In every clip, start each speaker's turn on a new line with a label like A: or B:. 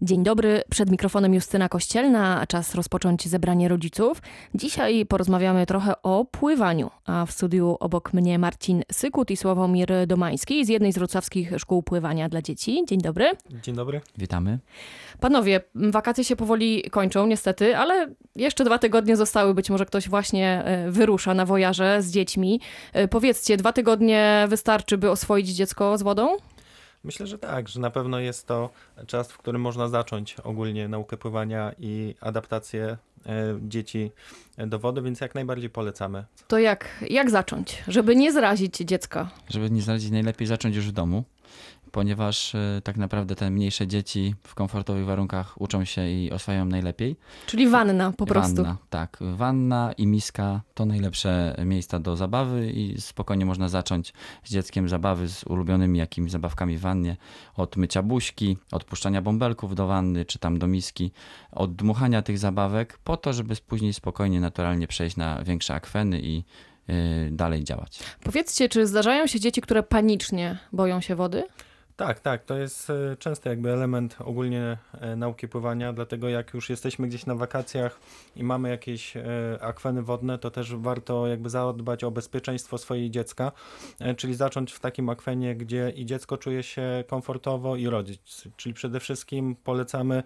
A: Dzień dobry, przed mikrofonem Justyna Kościelna, czas rozpocząć zebranie rodziców. Dzisiaj porozmawiamy trochę o pływaniu, a w studiu obok mnie Marcin Sykut i Sławomir Domański z jednej z wrocławskich szkół pływania dla dzieci. Dzień dobry.
B: Dzień dobry.
C: Witamy.
A: Panowie, wakacje się powoli kończą niestety, ale jeszcze 2 tygodnie zostały. Być może ktoś właśnie wyrusza na wojaże z dziećmi. Powiedzcie, 2 tygodnie wystarczy, by oswoić dziecko z wodą?
B: Myślę, że tak, że na pewno jest to czas, w którym można zacząć ogólnie naukę pływania i adaptację dzieci do wody, więc jak najbardziej polecamy.
A: To jak zacząć, żeby nie zrazić dziecka?
C: Żeby nie zdradzić, najlepiej zacząć już w domu, ponieważ tak naprawdę te mniejsze dzieci w komfortowych warunkach uczą się i oswajają najlepiej.
A: Czyli wanna po prostu.
C: Wanna, tak. Wanna i miska to najlepsze miejsca do zabawy i spokojnie można zacząć z dzieckiem zabawy z ulubionymi jakimiś zabawkami w wannie. Od mycia buźki, od puszczania bąbelków do wanny, czy tam do miski, od dmuchania tych zabawek po to, żeby później spokojnie, naturalnie przejść na większe akweny i dalej działać.
A: Powiedzcie, czy zdarzają się dzieci, które panicznie boją się wody?
B: Tak, to jest częsty jakby element ogólnie nauki pływania, dlatego jak już jesteśmy gdzieś na wakacjach i mamy jakieś akweny wodne, to też warto jakby zadbać o bezpieczeństwo swojego dziecka, czyli zacząć w takim akwenie, gdzie i dziecko czuje się komfortowo i rodzic, czyli przede wszystkim polecamy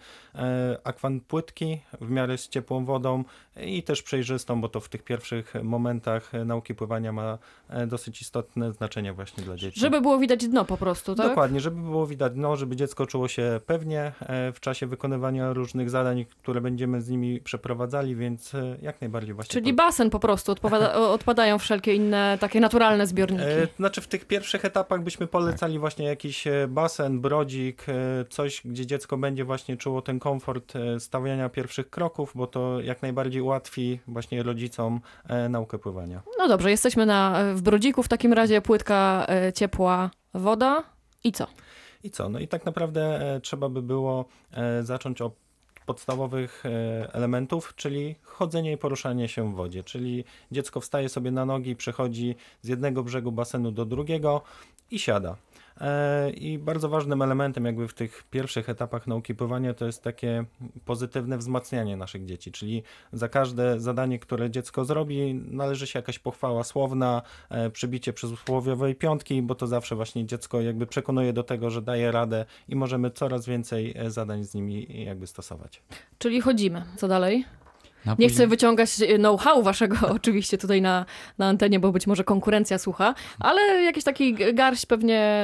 B: akwan płytki w miarę z ciepłą wodą i też przejrzystą, bo to w tych pierwszych momentach nauki pływania ma dosyć istotne znaczenie właśnie dla dzieci.
A: Żeby było widać dno po prostu, tak?
B: Dokładnie, żeby było widać dno, żeby dziecko czuło się pewnie w czasie wykonywania różnych zadań, które będziemy z nimi przeprowadzali, więc jak najbardziej właśnie.
A: Czyli basen po prostu, odpadają wszelkie inne takie naturalne zbiorniki.
B: Znaczy w tych pierwszych etapach byśmy polecali właśnie jakiś basen, brodzik, coś, gdzie dziecko będzie właśnie czuło ten komfort stawiania pierwszych kroków, bo to jak najbardziej ułatwi właśnie rodzicom naukę pływania.
A: No dobrze, jesteśmy w brodziku, w takim razie płytka, ciepła woda i co?
B: No i tak naprawdę trzeba by było zacząć od podstawowych elementów, czyli chodzenie i poruszanie się w wodzie, czyli dziecko wstaje sobie na nogi, przechodzi z jednego brzegu basenu do drugiego i siada. I bardzo ważnym elementem jakby w tych pierwszych etapach nauki pływania to jest takie pozytywne wzmacnianie naszych dzieci, czyli za każde zadanie, które dziecko zrobi, należy się jakaś pochwała słowna, przybicie przysłowiowej piątki, bo to zawsze właśnie dziecko jakby przekonuje do tego, że daje radę i możemy coraz więcej zadań z nimi jakby stosować.
A: Czyli chodzimy. Co dalej? Nie chcę wyciągać know-how waszego oczywiście tutaj na antenie, bo być może konkurencja słucha, ale jakiś taki garść pewnie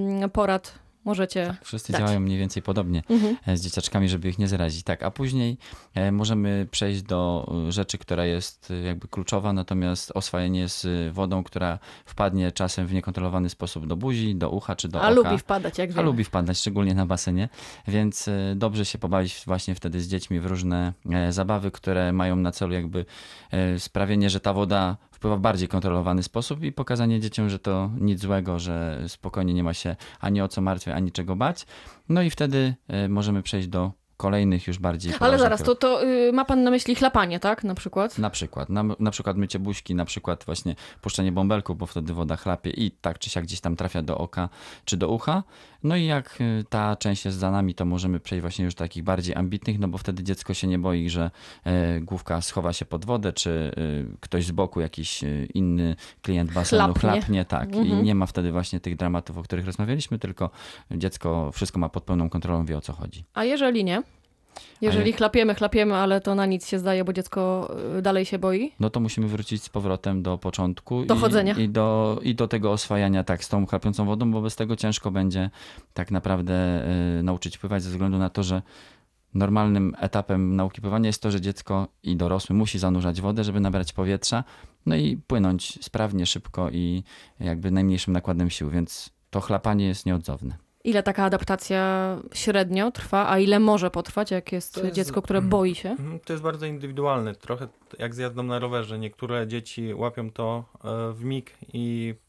A: porad możecie
C: tak, wszyscy
A: dać.
C: działają mniej więcej podobnie z dzieciaczkami, żeby ich nie zarazić. Tak, a później możemy przejść do rzeczy, która jest jakby kluczowa, natomiast oswajanie z wodą, która wpadnie czasem w niekontrolowany sposób do buzi, do ucha czy do oka.
A: A lubi wpadać, jak wiemy.
C: A lubi wpadać, szczególnie na basenie, więc dobrze się pobawić właśnie wtedy z dziećmi w różne zabawy, które mają na celu jakby sprawienie, że ta woda wpływa w bardziej kontrolowany sposób i pokazanie dzieciom, że to nic złego, że spokojnie nie ma się ani o co martwić, ani czego bać. No i wtedy możemy przejść do kolejnych już bardziej
A: Ale zaraz, to ma pan na myśli chlapanie, tak? Na przykład?
C: Na przykład mycie buźki, na przykład właśnie puszczenie bąbelków, bo wtedy woda chlapie i tak czy siak gdzieś tam trafia do oka czy do ucha. No i jak ta część jest za nami, to możemy przejść właśnie już do takich bardziej ambitnych, no bo wtedy dziecko się nie boi, że główka schowa się pod wodę, czy ktoś z boku, jakiś inny klient basenu chlapnie, tak. I nie ma wtedy właśnie tych dramatów, o których rozmawialiśmy, tylko dziecko wszystko ma pod pełną kontrolą, wie o co chodzi. A
A: jeżeli nie? Jeżeli chlapiemy, ale to na nic się zdaje, bo dziecko dalej się boi?
C: No to musimy wrócić z powrotem do początku.
A: Do chodzenia.
C: I do tego oswajania tak z tą chlapiącą wodą, bo bez tego ciężko będzie tak naprawdę nauczyć pływać ze względu na to, że normalnym etapem nauki pływania jest to, że dziecko i dorosły musi zanurzać wodę, żeby nabrać powietrza, no i płynąć sprawnie, szybko i jakby najmniejszym nakładem sił, więc to chlapanie jest nieodzowne.
A: Ile taka adaptacja średnio trwa, a ile może potrwać, jak jest dziecko, które boi się?
B: To jest bardzo indywidualne, trochę jak z jazdą na rowerze. Niektóre dzieci łapią to w mig i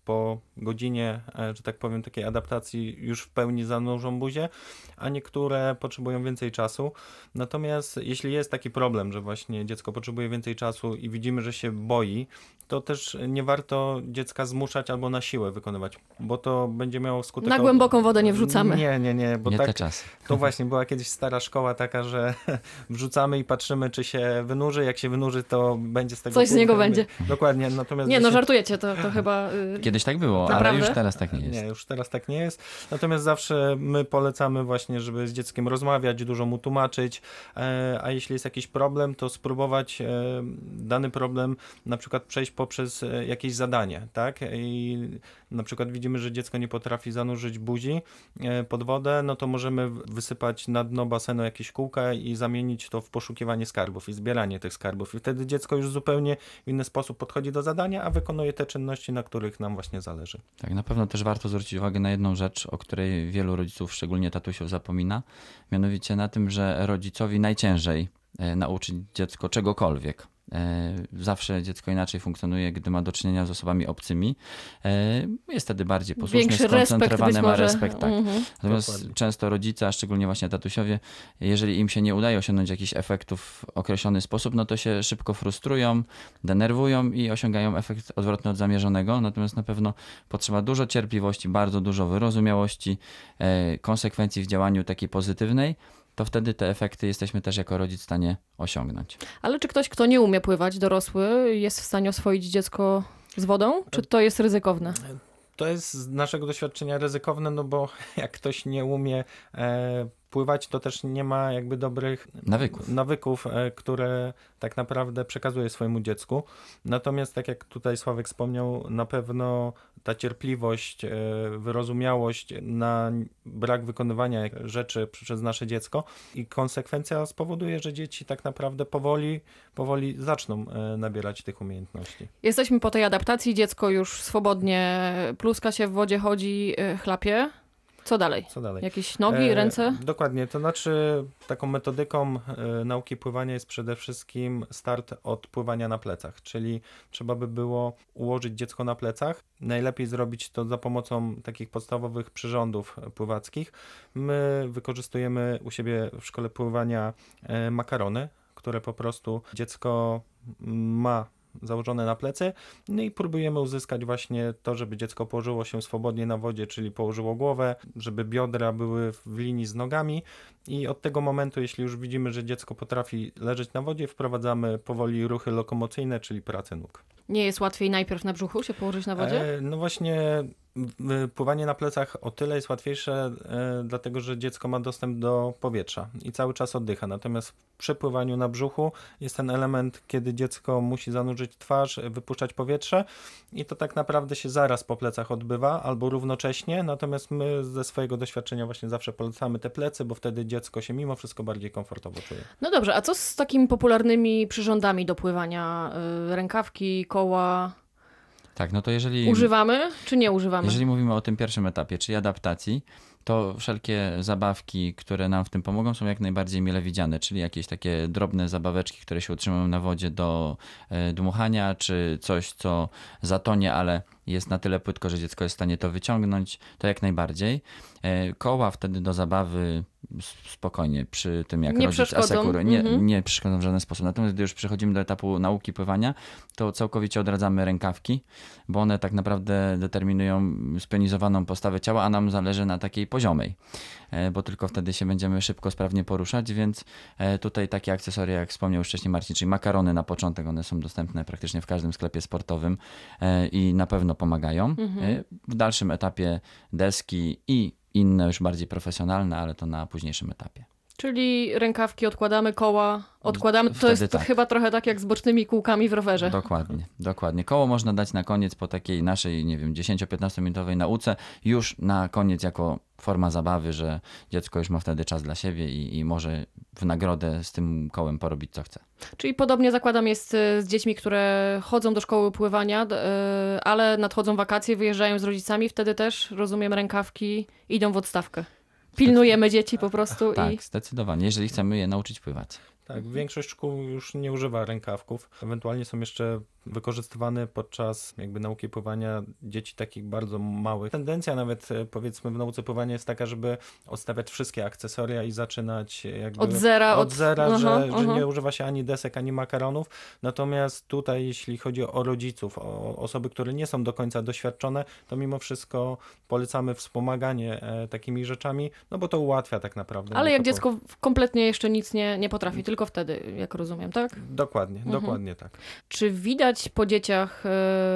B: po godzinie, że tak powiem, takiej adaptacji już w pełni zanurzą buzię, a niektóre potrzebują więcej czasu. Natomiast jeśli jest taki problem, że właśnie dziecko potrzebuje więcej czasu i widzimy, że się boi, to też nie warto dziecka zmuszać albo na siłę wykonywać, bo to będzie miało skutek...
A: Na głęboką wodę nie wrzucamy.
B: Nie, bo
C: Nie
B: tak,
C: te czasy.
B: to właśnie była kiedyś stara szkoła taka, że wrzucamy i patrzymy, czy się wynurzy. Jak się wynurzy, to będzie z tego...
A: Coś z niego
B: płynąć.
A: będzie.
B: Dokładnie. Natomiast
A: Nie, no
B: jeśli-
A: żartujecie, to chyba...
C: Kiedyś tak było, ale
A: Naprawdę?
C: już teraz tak nie jest.
B: Nie, już teraz tak nie jest. Natomiast zawsze my polecamy właśnie, żeby z dzieckiem rozmawiać, dużo mu tłumaczyć, a jeśli jest jakiś problem, to spróbować dany problem na przykład przejść poprzez jakieś zadanie, tak? I na przykład widzimy, że dziecko nie potrafi zanurzyć buzi pod wodę, no to możemy wysypać na dno basenu jakieś kółka i zamienić to w poszukiwanie skarbów i zbieranie tych skarbów. I wtedy dziecko już zupełnie w inny sposób podchodzi do zadania, a wykonuje te czynności, na których nam właśnie zależy.
C: Tak, na pewno też warto zwrócić uwagę na jedną rzecz, o której wielu rodziców, szczególnie tatusiów, zapomina. Mianowicie na tym, że rodzicowi najciężej nauczyć dziecko czegokolwiek. Zawsze dziecko inaczej funkcjonuje, gdy ma do czynienia z osobami obcymi. Jest wtedy bardziej posłuszne,
A: Większy respekt
C: skoncentrowane,
A: być
C: ma
A: może.
C: respekt. Tak. Natomiast
B: Dokładnie.
C: często rodzice, a szczególnie właśnie tatusiowie, jeżeli im się nie udaje osiągnąć jakichś efektów w określony sposób, no to się szybko frustrują, denerwują i osiągają efekt odwrotny od zamierzonego. Natomiast na pewno potrzeba dużo cierpliwości, bardzo dużo wyrozumiałości, konsekwencji w działaniu takiej pozytywnej, to wtedy te efekty jesteśmy też jako rodzic w stanie osiągnąć.
A: Ale czy ktoś, kto nie umie pływać, dorosły, jest w stanie oswoić dziecko z wodą? Czy to jest ryzykowne?
B: To jest z naszego doświadczenia ryzykowne, no bo jak ktoś nie umie pływać, to też nie ma jakby dobrych nawyków, które tak naprawdę przekazuje swojemu dziecku. Natomiast tak jak tutaj Sławek wspomniał, na pewno ta cierpliwość, wyrozumiałość na brak wykonywania rzeczy przez nasze dziecko i konsekwencja spowoduje, że dzieci tak naprawdę powoli zaczną nabierać tych umiejętności.
A: Jesteśmy po tej adaptacji, dziecko już swobodnie pluska się w wodzie, chodzi, chlapie. Co dalej?
B: Co dalej?
A: Jakieś nogi, ręce?
B: Dokładnie, to znaczy taką metodyką nauki pływania jest przede wszystkim start od pływania na plecach, czyli trzeba by było ułożyć dziecko na plecach. Najlepiej zrobić to za pomocą takich podstawowych przyrządów pływackich. My wykorzystujemy u siebie w szkole pływania makarony, które po prostu dziecko ma założone na plecy, no i próbujemy uzyskać właśnie to, żeby dziecko położyło się swobodnie na wodzie, czyli położyło głowę, żeby biodra były w linii z nogami i od tego momentu, jeśli już widzimy, że dziecko potrafi leżeć na wodzie, wprowadzamy powoli ruchy lokomocyjne, czyli pracę nóg.
A: Nie jest łatwiej najpierw na brzuchu się położyć na wodzie?
B: No właśnie pływanie na plecach o tyle jest łatwiejsze, dlatego że dziecko ma dostęp do powietrza i cały czas oddycha. Natomiast przy pływaniu na brzuchu jest ten element, kiedy dziecko musi zanurzyć twarz, wypuszczać powietrze i to tak naprawdę się zaraz po plecach odbywa albo równocześnie. Natomiast my ze swojego doświadczenia właśnie zawsze polecamy te plecy, bo wtedy dziecko się mimo wszystko bardziej komfortowo czuje.
A: No dobrze, a co z takimi popularnymi przyrządami do pływania? Rękawki, koła?
C: Tak, no to jeżeli...
A: Używamy czy nie używamy?
C: Jeżeli mówimy o tym pierwszym etapie, czyli adaptacji, to wszelkie zabawki, które nam w tym pomogą, są jak najbardziej mile widziane, czyli jakieś takie drobne zabaweczki, które się utrzymują na wodzie do dmuchania, czy coś, co zatonie, ale jest na tyle płytko, że dziecko jest w stanie to wyciągnąć, to jak najbardziej. Koła wtedy do zabawy spokojnie przy tym, jak
A: Nie
C: rodzic
A: przeszkodzą.
C: asekuruje. Nie przeszkodzą w żaden sposób. Natomiast gdy już przechodzimy do etapu nauki pływania, to całkowicie odradzamy rękawki, bo one tak naprawdę determinują spionizowaną postawę ciała, a nam zależy na takiej poziomej, bo tylko wtedy się będziemy szybko, sprawnie poruszać, więc tutaj takie akcesoria, jak wspomniał już wcześniej Marcin, czyli makarony na początek, one są dostępne praktycznie w każdym sklepie sportowym i na pewno pomagają. W dalszym etapie deski i inne już bardziej profesjonalne, ale to na późniejszym etapie.
A: Czyli rękawki odkładamy, koła odkładamy. To
C: Wtedy
A: jest
C: tak.
A: chyba trochę tak jak z bocznymi kółkami w rowerze.
C: Dokładnie. Koło można dać na koniec po takiej naszej, 10-15 minutowej nauce, już na koniec jako forma zabawy, że dziecko już ma wtedy czas dla siebie i może w nagrodę z tym kołem porobić co chce.
A: Czyli podobnie zakładam jest z dziećmi, które chodzą do szkoły pływania, ale nadchodzą wakacje, wyjeżdżają z rodzicami, wtedy też, rozumiem, rękawki idą w odstawkę. Pilnujemy dzieci po prostu
C: Tak, zdecydowanie, jeżeli chcemy je nauczyć pływać.
B: Tak, większość szkół już nie używa rękawków. Ewentualnie są jeszcze wykorzystywane podczas jakby nauki pływania dzieci takich bardzo małych. Tendencja nawet powiedzmy w nauce pływania jest taka, żeby odstawiać wszystkie akcesoria i zaczynać jakby
A: Od zera,
B: że nie używa się ani desek, ani makaronów. Natomiast tutaj jeśli chodzi o rodziców, o osoby, które nie są do końca doświadczone, to mimo wszystko polecamy wspomaganie takimi rzeczami, no bo to ułatwia tak naprawdę.
A: Ale jak dziecko kompletnie jeszcze nic nie potrafi, tylko wtedy, jak rozumiem, tak?
B: Dokładnie tak.
A: Czy widać po dzieciach,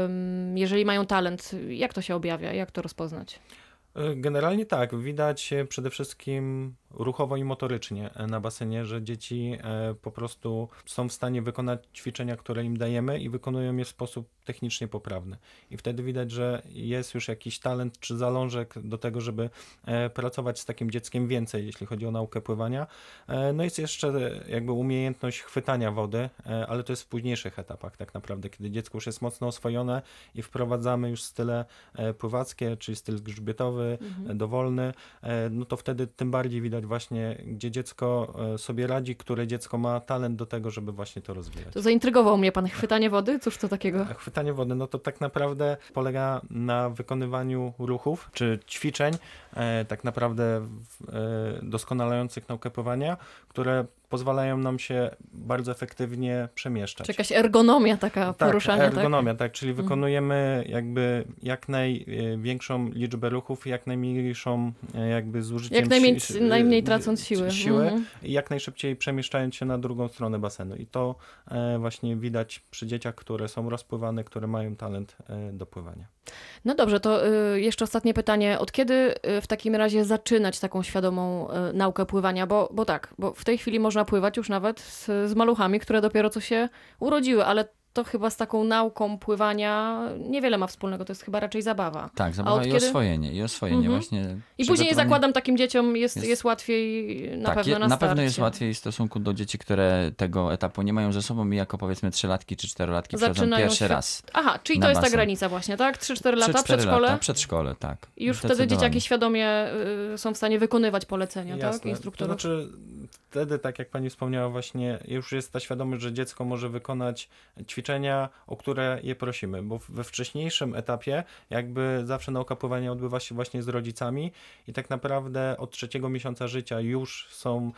A: jeżeli mają talent, jak to się objawia, jak to rozpoznać?
B: Generalnie tak, widać przede wszystkim ruchowo i motorycznie na basenie, że dzieci po prostu są w stanie wykonać ćwiczenia, które im dajemy i wykonują je w sposób technicznie poprawny. I wtedy widać, że jest już jakiś talent czy zalążek do tego, żeby pracować z takim dzieckiem więcej, jeśli chodzi o naukę pływania. No jest jeszcze jakby umiejętność chwytania wody, ale to jest w późniejszych etapach tak naprawdę, kiedy dziecko już jest mocno oswojone i wprowadzamy już style pływackie, czyli styl grzbietowy, dowolny, no to wtedy tym bardziej widać właśnie, gdzie dziecko sobie radzi, które dziecko ma talent do tego, żeby właśnie to rozwijać.
A: To zaintrygował mnie pan. Chwytanie wody? Cóż to takiego?
B: Chwytanie wody, no to tak naprawdę polega na wykonywaniu ruchów czy ćwiczeń tak naprawdę doskonalających naukę pływania, które pozwalają nam się bardzo efektywnie przemieszczać.
A: Czy jakaś ergonomia taka poruszania?
B: Ergonomia, tak, czyli wykonujemy jakby jak największą liczbę ruchów, jak najmniejszą jakby zużyciem
A: najmniej tracąc siły.
B: I jak najszybciej przemieszczając się na drugą stronę basenu. I to właśnie widać przy dzieciach, które są rozpływane, które mają talent do pływania.
A: No dobrze, to jeszcze ostatnie pytanie. Od kiedy w takim razie zaczynać taką świadomą naukę pływania? Bo w tej chwili można pływać już nawet z maluchami, które dopiero co się urodziły, ale to chyba z taką nauką pływania niewiele ma wspólnego, to jest chyba raczej zabawa.
C: Tak, zabawa i oswojenie właśnie.
A: I później zakładam takim dzieciom jest łatwiej na pewno na
C: na
A: starcie.
C: pewno jest łatwiej w stosunku do dzieci, które tego etapu nie mają ze sobą i jako powiedzmy 3-latki czy 4-latki przychodzą pierwszy raz.
A: Aha, czyli to jest ta granica właśnie, tak? 3-4 lata,
C: 3-4
A: przedszkole?
C: lata, przedszkole, tak.
A: I już wtedy dzieciaki świadomie są w stanie wykonywać polecenia, tak? Instruktorów.
B: To znaczy wtedy, tak jak pani wspomniała właśnie, już jest ta świadomość, że dziecko może wykonać ćwiczenia, o które je prosimy, bo we wcześniejszym etapie jakby zawsze nauka pływania odbywa się właśnie z rodzicami i tak naprawdę od 3 miesiąca życia już są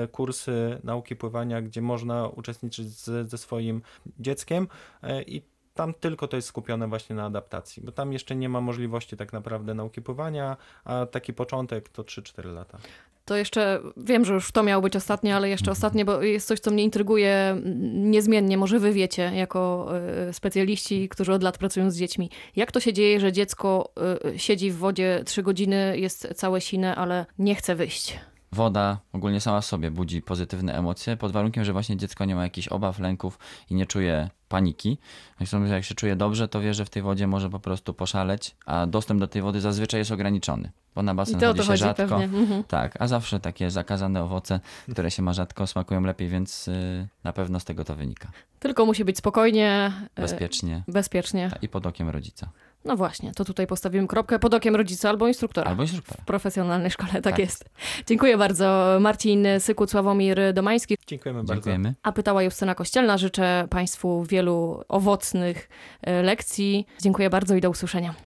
B: kursy nauki pływania, gdzie można uczestniczyć ze swoim dzieckiem i tam tylko to jest skupione właśnie na adaptacji, bo tam jeszcze nie ma możliwości tak naprawdę nauki pływania, a taki początek to 3-4 lata.
A: To jeszcze, wiem, że już to miało być ostatnie, ale jeszcze ostatnie, bo jest coś, co mnie intryguje niezmiennie, może wy wiecie, jako specjaliści, którzy od lat pracują z dziećmi. Jak to się dzieje, że dziecko siedzi w wodzie 3 godziny, jest całe sine, ale nie chce wyjść?
C: Woda ogólnie sama w sobie budzi pozytywne emocje, pod warunkiem, że właśnie dziecko nie ma jakichś obaw, lęków i nie czuje paniki. Jak się czuje dobrze, to wie, że w tej wodzie może po prostu poszaleć, a dostęp do tej wody zazwyczaj jest ograniczony, bo na basen chodzi się rzadko. Tak, a zawsze takie zakazane owoce, które się ma rzadko, smakują lepiej, więc na pewno z tego to wynika.
A: Tylko musi być spokojnie,
C: bezpiecznie i pod okiem rodzica.
A: No właśnie, to tutaj postawimy kropkę pod okiem rodzica albo instruktora. W profesjonalnej szkole, tak jest. Dziękuję bardzo. Marcin Sykut, Sławomir Domański.
B: Dziękujemy bardzo.
A: A pytała Justyna Kościelna. Życzę Państwu wielu owocnych lekcji. Dziękuję bardzo i do usłyszenia.